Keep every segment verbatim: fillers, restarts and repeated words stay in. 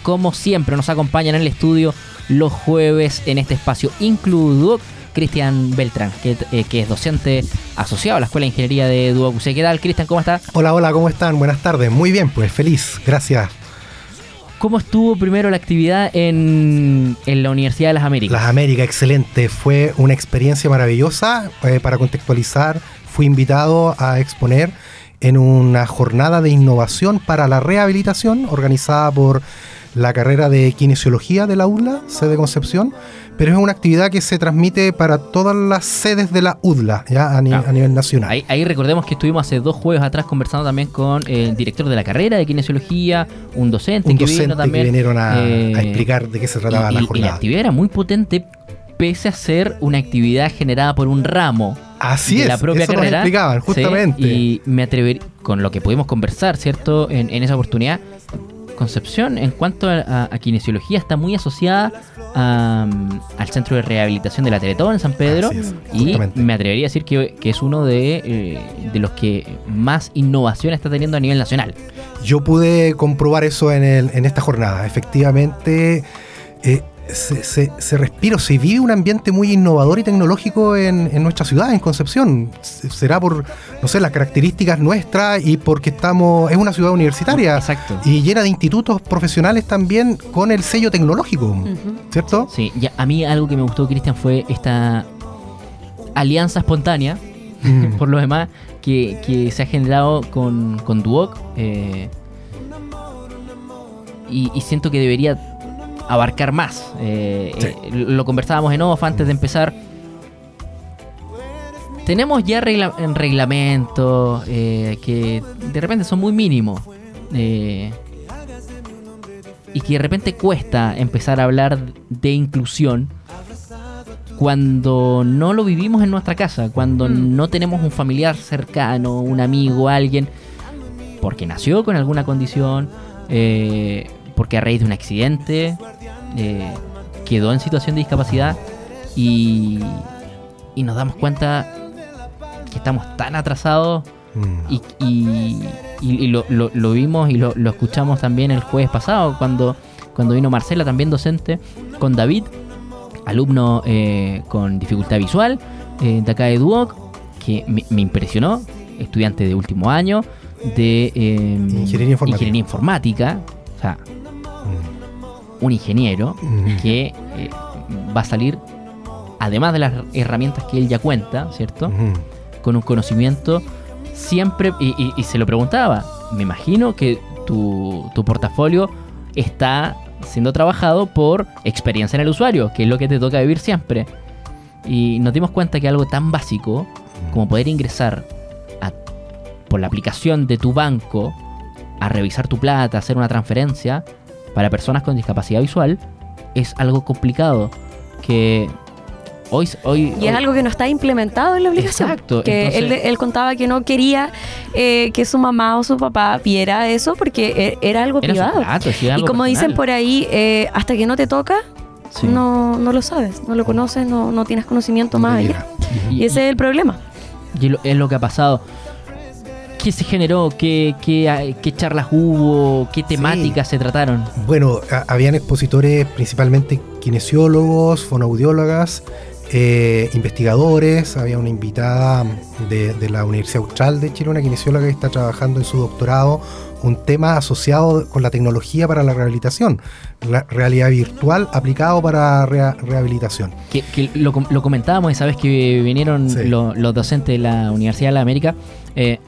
como siempre nos acompañan en el estudio los jueves en este espacio Includuoc, Cristian Beltrán, que, eh, que es docente asociado a la Escuela de Ingeniería de Duoc U C. ¿Qué tal, Cristian? ¿Cómo estás? Hola, hola, ¿cómo están? Buenas tardes. Muy bien, pues feliz, gracias. ¿Cómo estuvo primero la actividad en, en la Universidad de las Américas? Las Américas, excelente. Fue una experiencia maravillosa. Eh, para contextualizar, fui invitado a exponer en una jornada de innovación para la rehabilitación organizada por la carrera de Kinesiología de la U D L A, sede Concepción, pero es una actividad que se transmite para todas las sedes de la U D L A, ya a, ni- Claro. a nivel nacional. Ahí, ahí recordemos que estuvimos hace dos jueves atrás conversando también con el director de la carrera de Kinesiología, un docente, Un que docente vino también. que vinieron a, eh, a explicar de qué se trataba y, la y- y la jornada. actividad era muy potente, pese a ser una actividad generada por un ramo Así de es, la propia eso nos carrera. explicaban, ¿sí? justamente. Y me atrevería, con lo que pudimos conversar, ¿cierto? En, en esa oportunidad, Concepción, en cuanto a, a- a kinesiología, está muy asociada a, um, al Centro de Rehabilitación de la Teletón en San Pedro. Así es, Y justamente. me atrevería a decir que, que es uno de, eh, de los que más innovación está teniendo a nivel nacional. Yo pude comprobar eso en, el, en esta jornada. Efectivamente, eh, se, se, se respira, se vive un ambiente muy innovador y tecnológico en, en nuestra ciudad, en Concepción. S- Será por, no sé, las características nuestras y porque estamos, es una ciudad universitaria. Exacto. Y llena de institutos profesionales también con el sello tecnológico, ¿cierto? Sí, y a mí algo que me gustó, Cristian, fue esta alianza espontánea, Mm. por lo demás, que, que se ha generado con, con Duoc. eh, y, y siento que debería abarcar más. Eh, Sí. eh, lo conversábamos en off antes de empezar. Tenemos ya regla- en reglamentos eh, que de repente son muy mínimos. eh, y que de repente cuesta empezar a hablar de inclusión cuando no lo vivimos en nuestra casa, cuando Mm. no tenemos un familiar cercano, un amigo, alguien, porque nació con alguna condición, eh, porque a raíz de un accidente eh, quedó en situación de discapacidad y, y nos damos cuenta que estamos tan atrasados Mm. y, y- y- y lo, lo- lo vimos y lo, lo escuchamos también el jueves pasado cuando, cuando vino Marcela, también docente, con David, alumno eh, con dificultad visual eh, de acá de Duoc, que me, me impresionó, estudiante de último año de eh, Ingeniería informática. ingeniería informática, o sea, Mm. un ingeniero Mm. que eh, va a salir, además de las herramientas que él ya cuenta, ¿cierto? Mm. Con un conocimiento siempre, y, y- y se lo preguntaba, me imagino que tu, tu portafolio está siendo trabajado por experiencia en el usuario, que es lo que te toca vivir siempre. Y nos dimos cuenta que algo tan básico como poder ingresar a- por la aplicación de tu banco a revisar tu plata, hacer una transferencia para personas con discapacidad visual, es algo complicado que hoy... hoy Y es hoy- algo que no está implementado en la obligación. Exacto, Que entonces- él, él contaba que no quería eh, que su mamá o su papá viera eso porque e- era algo Era su privado. plato, sí, Y algo como dicen personal. por ahí, eh, hasta que no te toca, Sí. no, no lo sabes, no lo conoces, no, no tienes conocimiento más allá. Y, Y ese es el problema. y lo- es lo que ha pasado. ¿Qué se generó? ¿Qué, qué, qué charlas hubo? ¿Qué temáticas se trataron? Bueno, a- habían expositores principalmente kinesiólogos, fonoaudiólogas, eh, investigadores. Había una invitada de, de la Universidad Austral de Chile, una kinesióloga que está trabajando en su doctorado un tema asociado con la tecnología para la rehabilitación, la realidad virtual aplicado para rea- rehabilitación. Que, que lo, com- lo comentábamos esa vez que vinieron Sí. lo- los docentes de la Universidad de la América. Eh,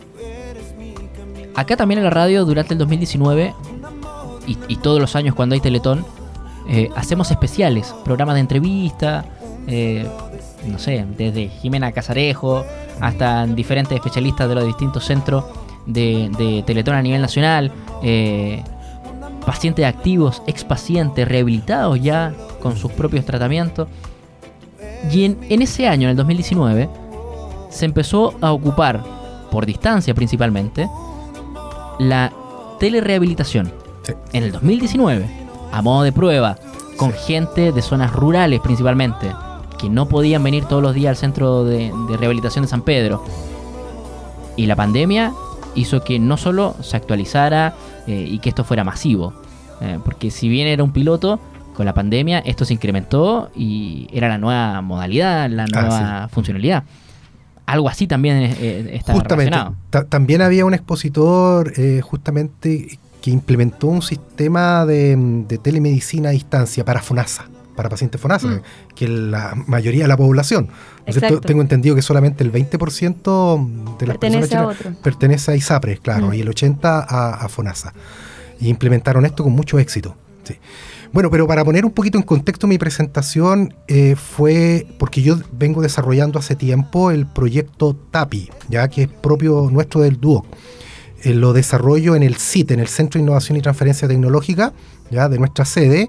acá también en la radio, durante el dos mil diecinueve y, y todos los años cuando hay Teletón, eh, hacemos especiales, programas de entrevista, eh, no sé, desde Jimena Casarejo hasta diferentes especialistas de los distintos centros de, de Teletón a nivel nacional, eh, pacientes activos, expacientes, rehabilitados ya con sus propios tratamientos. Y en, en ese año, en el dos mil diecinueve, se empezó a ocupar, por distancia principalmente, la telerehabilitación. Sí. En el dos mil diecinueve, a modo de prueba, con Sí. gente de zonas rurales principalmente, que no podían venir todos los días al centro de, de rehabilitación de San Pedro. Y la pandemia hizo que no solo se actualizara eh, y que esto fuera masivo. Eh, porque si bien era un piloto, con la pandemia esto se incrementó y era la nueva modalidad, la nueva ah, sí. funcionalidad. Algo así también eh, está justamente, relacionado. Ta- también había un expositor eh, justamente que implementó un sistema de, de telemedicina a distancia para FONASA, para pacientes FONASA, mm. que es la mayoría de la población. ¿No? Tengo entendido que solamente el veinte por ciento de las pertenece personas chilenas pertenece a ISAPRES, claro, mm. y el ochenta por ciento a, a FONASA. Y implementaron esto con mucho éxito. Sí. Bueno, pero para poner un poquito en contexto mi presentación, eh, fue porque yo vengo desarrollando hace tiempo el proyecto TAPI, ya que es propio nuestro del D U O C. Eh, lo desarrollo en el C I T, en el Centro de Innovación y Transferencia Tecnológica, ya de nuestra sede,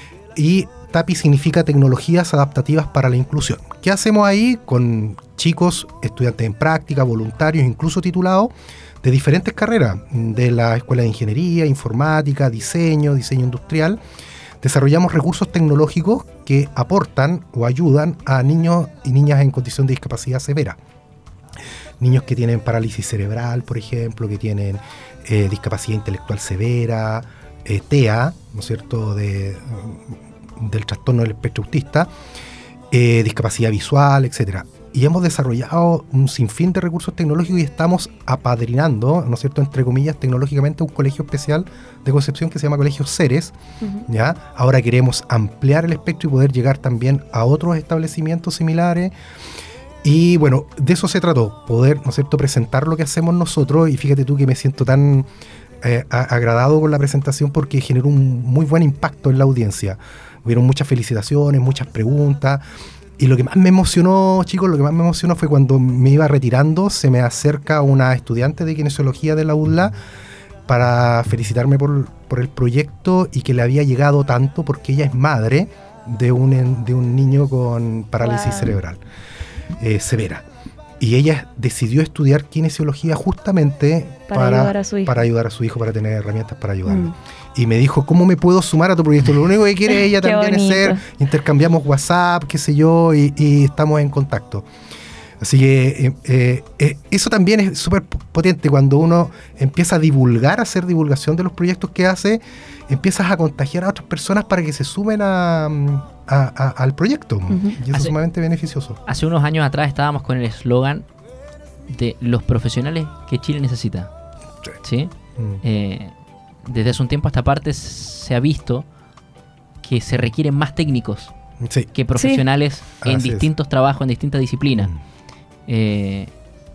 y TAPI significa Tecnologías Adaptativas para la Inclusión. ¿Qué hacemos ahí con chicos, estudiantes en práctica, voluntarios, incluso titulados, de diferentes carreras, de la Escuela de Ingeniería, Informática, Diseño, Diseño Industrial? Desarrollamos recursos tecnológicos que aportan o ayudan a niños y niñas en condición de discapacidad severa. Niños que tienen parálisis cerebral, por ejemplo, que tienen eh, discapacidad intelectual severa, eh, T E A, ¿no es cierto?, de, del trastorno del espectro autista, eh, discapacidad visual, etcétera. Y hemos desarrollado un sinfín de recursos tecnológicos y estamos apadrinando, ¿no es cierto?, entre comillas, tecnológicamente un colegio especial de Concepción que se llama Colegio Ceres. Uh-huh. ¿Ya? Ahora queremos ampliar el espectro y poder llegar también a otros establecimientos similares. Y bueno, de eso se trató, poder, ¿no es cierto?, presentar lo que hacemos nosotros. Y fíjate tú que me siento tan eh, agradado con la presentación porque generó un muy buen impacto en la audiencia. Hubieron muchas felicitaciones, muchas preguntas. Y lo que más me emocionó, chicos, lo que más me emocionó fue cuando me iba retirando, se me acerca una estudiante de kinesiología de la U D L A para felicitarme por, por el proyecto y que le había llegado tanto porque ella es madre de un, de un niño con parálisis wow. cerebral eh, severa. Y ella decidió estudiar kinesiología justamente para, para, ayudar, a su hijo. para ayudar a su hijo, para tener herramientas para ayudarlo. Mm. Y me dijo, ¿cómo me puedo sumar a tu proyecto? Lo único que quiere ella también bonito. es ser, intercambiamos WhatsApp, qué sé yo, y, y estamos en contacto. Así que eh, eh, eso también es súper potente cuando uno empieza a divulgar, a hacer divulgación de los proyectos que hace, empiezas a contagiar a otras personas para que se sumen a, a, a, al proyecto. Uh-huh. Y eso hace, es sumamente beneficioso. Hace unos años atrás estábamos con el eslogan de los profesionales que Chile necesita. Sí. ¿Sí? Mm. Eh, desde hace un tiempo a esta parte se ha visto que se requieren más técnicos sí. que profesionales sí. en Así distintos es. trabajos, en distintas disciplinas. Mm. Eh,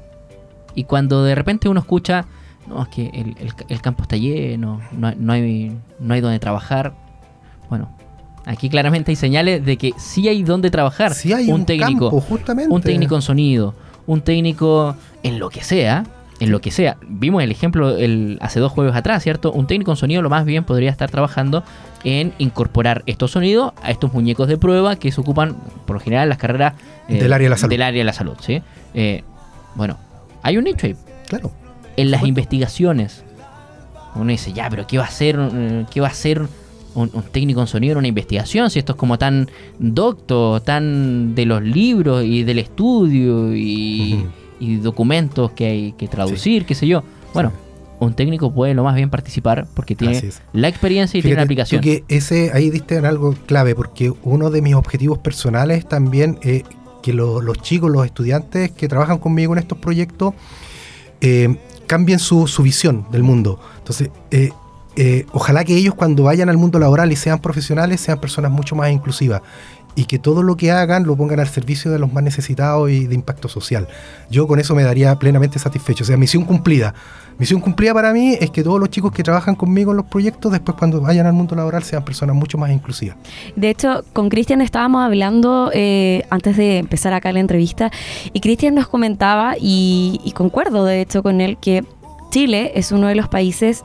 y cuando de repente uno escucha, no, es que el, el, el campo está lleno, no, no, hay, no hay donde trabajar. Bueno, aquí claramente hay señales de que sí hay donde trabajar. Sí hay un, un técnico, campo, justamente. Un técnico en sonido, un técnico en lo que sea. En lo que sea. Vimos el ejemplo el, hace dos jueves atrás, ¿cierto? Un técnico en sonido lo más bien podría estar trabajando en incorporar estos sonidos a estos muñecos de prueba que se ocupan, por lo general, en las carreras eh, del área de la salud. Del área de la salud, ¿sí? Eh, bueno, hay un nicho ahí. Claro. En las investigaciones, uno dice, ya, pero ¿qué va a hacer, qué va a hacer un, un técnico en sonido en una investigación? Si esto es como tan docto, tan de los libros y del estudio y... Uh-huh. y documentos que hay que traducir, sí. qué sé yo. Bueno, sí. un técnico puede lo más bien participar porque tiene la experiencia y Fíjate, tiene la aplicación. Que ese, ahí diste en algo clave, porque uno de mis objetivos personales también es que lo, los chicos, los estudiantes que trabajan conmigo en estos proyectos eh, cambien su, su visión del mundo. Entonces, eh, eh, ojalá que ellos cuando vayan al mundo laboral y sean profesionales sean personas mucho más inclusivas. Y que todo lo que hagan lo pongan al servicio de los más necesitados y de impacto social. Yo con eso me daría plenamente satisfecho. O sea, misión cumplida. Misión cumplida para mí es que todos los chicos que trabajan conmigo en los proyectos, después cuando vayan al mundo laboral, sean personas mucho más inclusivas. De hecho, con Cristian estábamos hablando eh, antes de empezar acá la entrevista, y Cristian nos comentaba, y, y concuerdo de hecho con él, que Chile es uno de los países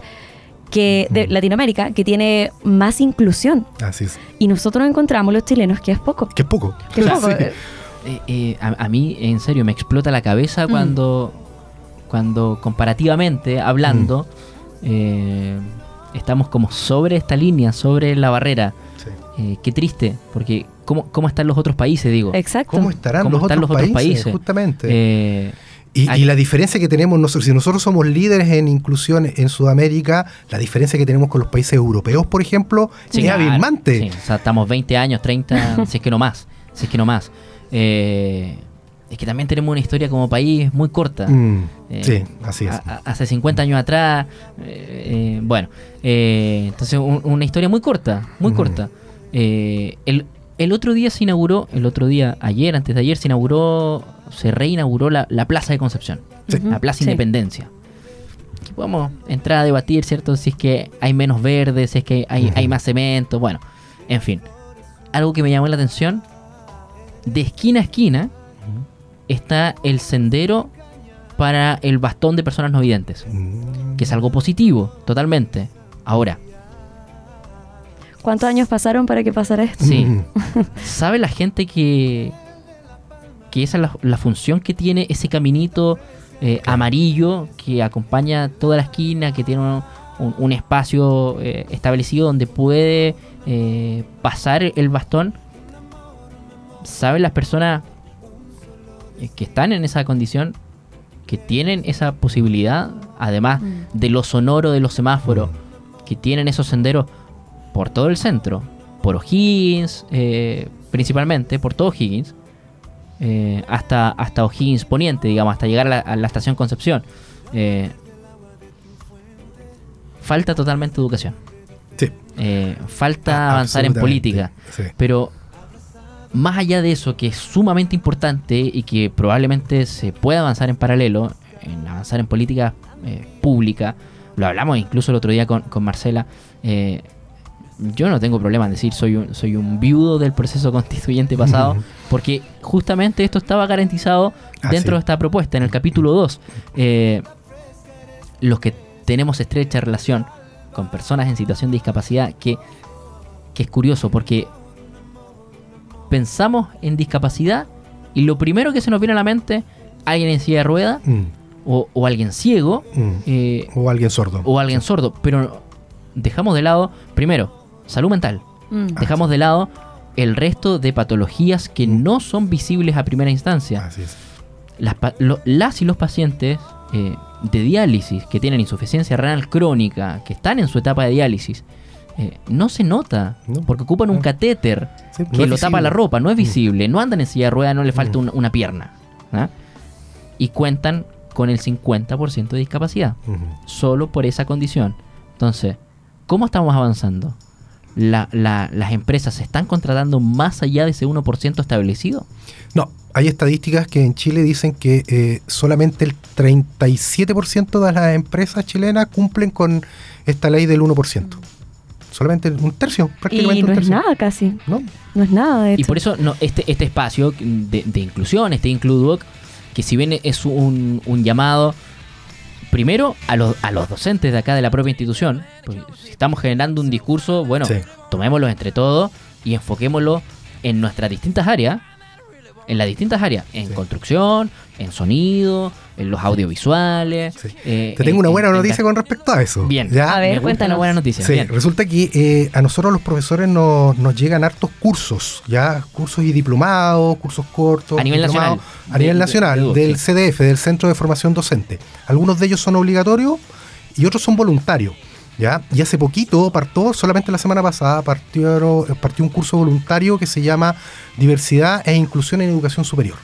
que de Latinoamérica que tiene más inclusión. Así es. Y nosotros encontramos los chilenos que es poco. Que es poco. Que es poco. Sí. Eh, eh, a, a mí, en serio, me explota la cabeza cuando, mm. cuando comparativamente hablando, mm. eh, estamos como sobre esta línea, sobre la barrera. Sí. Eh, qué triste, porque ¿cómo, cómo están los otros países, digo? Exacto. ¿Cómo estarán, ¿Cómo los, están otros los otros países? países? Justamente. Eh, Y, Hay- y la diferencia que tenemos nosotros, si nosotros somos líderes en inclusión en Sudamérica, la diferencia que tenemos con los países europeos, por ejemplo, Sí, es claro. abismante. Sí, o sea, estamos veinte años, treinta, si es que no más. Si es que no más. Eh, es que también tenemos una historia como país muy corta. Mm, Eh, sí, así es. a- a- hace cincuenta años atrás. eh, eh, bueno, eh, entonces un- una historia muy corta, muy Mm. corta. Eh, el, el otro día se inauguró, el otro día, ayer, antes de ayer, se inauguró, se reinauguró la, la Plaza de Concepción. Sí. La Plaza Sí. Independencia. Aquí podemos entrar a debatir, ¿cierto? Si es que hay menos verde, si es que hay, Ujú. hay más cemento, bueno, en fin. Algo que me llamó la atención, de esquina a esquina está el sendero para el bastón de personas no videntes, Mm. que es algo positivo, totalmente. Ahora, ¿Cuántos años pasaron para que pasara esto? sí, Mm. ¿sabe la gente que, que esa es la, la función que tiene ese caminito eh, amarillo que acompaña toda la esquina, que tiene un, un- un espacio eh, establecido donde puede eh, pasar el bastón? ¿Saben las personas eh, que están en esa condición, que tienen esa posibilidad, además Mm. de lo sonoro de los semáforos, que tienen esos senderos por todo el centro, por O'Higgins, eh, principalmente, por todo O'Higgins, eh, hasta, hasta O'Higgins Poniente, digamos, hasta llegar a la, a la estación Concepción? Eh, falta totalmente educación. Sí. Eh, falta Ah, avanzar en absolutamente. política. Sí. Pero más allá de eso, que es sumamente importante y que probablemente se pueda avanzar en paralelo, en avanzar en política eh, pública, lo hablamos incluso el otro día con, con Marcela, eh, yo no tengo problema en decir soy un, soy un viudo del proceso constituyente pasado, Ujú. porque justamente esto estaba garantizado Ah, dentro sí. de esta propuesta, en el capítulo dos. Eh, los que tenemos estrecha relación con personas en situación de discapacidad, que, que es curioso, porque pensamos en discapacidad y lo primero que se nos viene a la mente, alguien en silla de rueda Mm. o, o alguien ciego Mm. eh, O alguien sordo. o alguien sordo, pero dejamos de lado, primero, salud mental, Mm. dejamos de lado el resto de patologías que Mm. no son visibles a primera instancia. Así es. Las, pa- lo- las y los pacientes eh, de diálisis que tienen insuficiencia renal crónica, que están en su etapa de diálisis, eh, no se nota, No. porque ocupan un No. catéter Sí, no que es lo tapa visible. la ropa, no es Mm. visible, no andan en silla de rueda, no le falta Mm. un- una pierna. ¿ah? Y cuentan con el cincuenta por ciento de discapacidad, Ujú. solo por esa condición. Entonces, ¿cómo estamos avanzando? La- la- ¿Las empresas se están contratando más allá de ese uno por ciento establecido? No, hay estadísticas que en Chile dicen que eh, solamente el treinta y siete por ciento de las empresas chilenas cumplen con esta ley del uno por ciento. Solamente un tercio, prácticamente Y no un es tercio. nada casi. ¿No? No es nada de Y hecho. por eso no, este, este espacio de, de inclusión, este Includoc, que si bien es un, un llamado, primero a los, a los docentes de acá de la propia institución, porque si estamos generando un discurso, bueno, Sí. tomémoslo entre todos y enfoquémoslo en nuestras distintas áreas, en las distintas áreas, en Sí. construcción, en sonido, en los audiovisuales. Sí. eh, Te tengo en- una buena en- en noticia gas- con respecto a eso. Bien, ¿Ya? A ver, me gusta cuéntanos. la buena noticia. Sí, Bien. resulta que eh, a nosotros los profesores nos, nos llegan hartos cursos, ya cursos y diplomados, cursos cortos, A nivel diplomados, nacional. a nivel De- de- nacional, de- de- del sí. C D F, del Centro de Formación Docente. Algunos de ellos son obligatorios y otros son voluntarios, ya. Y hace poquito partió, solamente la semana pasada partió, partió un curso voluntario que se llama Diversidad e Inclusión en Educación Superior.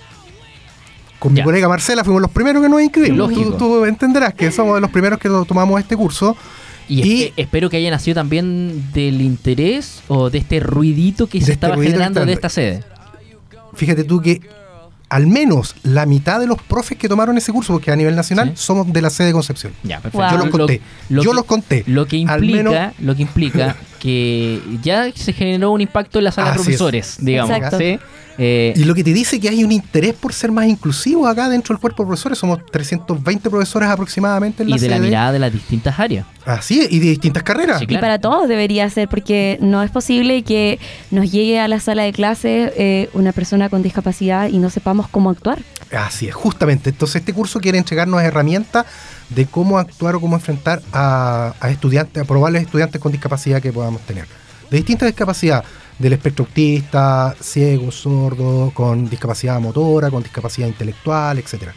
Con mi Ya. colega Marcela fuimos los primeros que nos inscribimos. Tú, Lógico. tú entenderás que somos de los primeros que tomamos este curso. Y, Y- espe- espero que haya nacido también del interés o de este ruidito que De se este estaba ruidito que generando está- de esta sede. Fíjate tú que al menos la mitad de los profes que tomaron ese curso, porque a nivel nacional Sí. somos de la sede de Concepción. Ya, perfecto. Wow. Yo los Lo- conté. lo Yo que- los conté. Lo que Al implica, menos- lo que implica que ya se generó un impacto en la sala de Así es. profesores, digamos. Exacto. ¿sí? Eh, Y lo que te dice que hay un interés por ser más inclusivos acá dentro del cuerpo de profesores. Somos trescientos veinte profesores aproximadamente en y la de la sede. mirada de las distintas áreas. Así es, y de distintas carreras. Sí, Y claro. para todos debería ser, porque no es posible que nos llegue a la sala de clase eh, una persona con discapacidad y no sepamos cómo actuar. Así es, justamente. Entonces este curso quiere entregarnos herramientas de cómo actuar o cómo enfrentar a, a estudiantes, a probables estudiantes con discapacidad que podamos tener. De distintas discapacidades, del espectro autista, ciego, sordo, con discapacidad motora, con discapacidad intelectual, etcétera.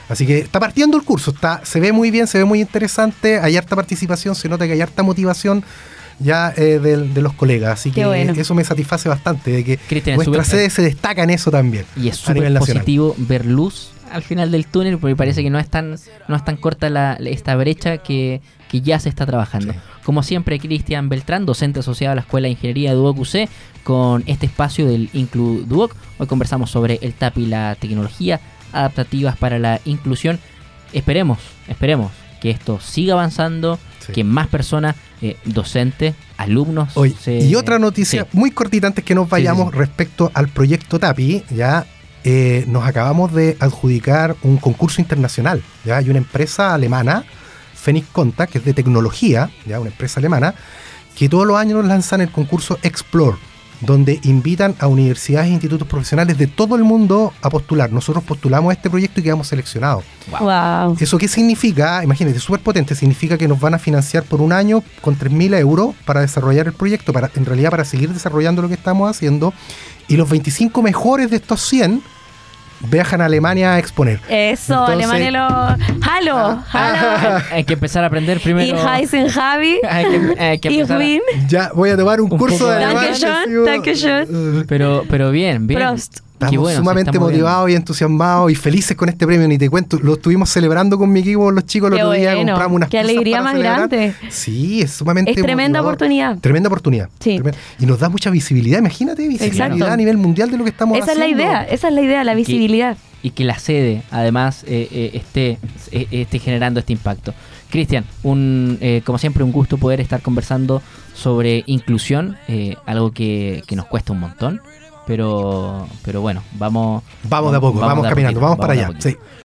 Así que está partiendo el curso, está, se ve muy bien, se ve muy interesante, hay harta participación, se nota que hay harta motivación ya eh, de, de los colegas, así Qué que bueno. eso me satisface bastante, de que Cristian, es nuestra súper- sede se destaca en eso también. Y es a súper nivel nacional. positivo ver luz al final del túnel, porque parece que no es tan, no es tan corta la, esta brecha que, que ya se está trabajando. Sí. Como siempre, Cristian Beltrán, docente asociado a la Escuela de Ingeniería de Duoc U C, con este espacio del Inclu Duoc. Hoy conversamos sobre el T A P y la tecnología adaptativas para la inclusión. Esperemos, esperemos que esto siga avanzando, Sí. que más personas, eh, docentes, alumnos... Oye, se- y otra noticia Sí. muy cortita antes que nos vayamos Sí, sí, sí. respecto al proyecto TAPI, ya eh, nos acabamos de adjudicar un concurso internacional, ya hay una empresa alemana, Phoenix Contact, que es de tecnología, ya una empresa alemana, que todos los años lanzan el concurso Explore, donde invitan a universidades e institutos profesionales de todo el mundo a postular. Nosotros postulamos a este proyecto y quedamos seleccionados. Wow. ¿Eso qué significa? Imagínate, súper potente. Significa que nos van a financiar por un año con tres mil euros para desarrollar el proyecto, para, en realidad para seguir desarrollando lo que estamos haciendo. Y los veinticinco mejores de estos cien viajan a Alemania a exponer. Eso, Entonces- Alemania lo... ¡Halo! ¡Halo! Hay que empezar a aprender Y primero... Heißen Javi. hay que, hay que Y empezar a- Win. Ya voy a tomar un, Un curso poco de de- alemán. Dankeschön, Dankeschön. Uh, Pero, pero bien, bien. Prost. Qué Estamos bueno, se sumamente está moviendo. motivados y entusiasmados y felices con este premio. Ni te cuento, lo estuvimos celebrando con mi equipo, los chicos, el Qué otro día bueno, compramos unas qué pizzas alegría para más celebrar. grande. Sí, es sumamente Es tremenda motivador. oportunidad. Tremenda oportunidad. Sí. Tremenda- Y nos da mucha visibilidad, imagínate, visibilidad Exacto. a nivel mundial de lo que estamos Esa es haciendo. la idea, esa es la idea, la Que- visibilidad. Y que la sede, además, eh, eh, esté, eh, esté generando este impacto. Cristian, un, eh, como siempre, un gusto poder estar conversando sobre inclusión, eh, algo que, que nos cuesta un montón, pero, pero bueno, vamos... Vamos de a poco, vamos, de a caminando, poquito, vamos para de a allá. poquito. Sí.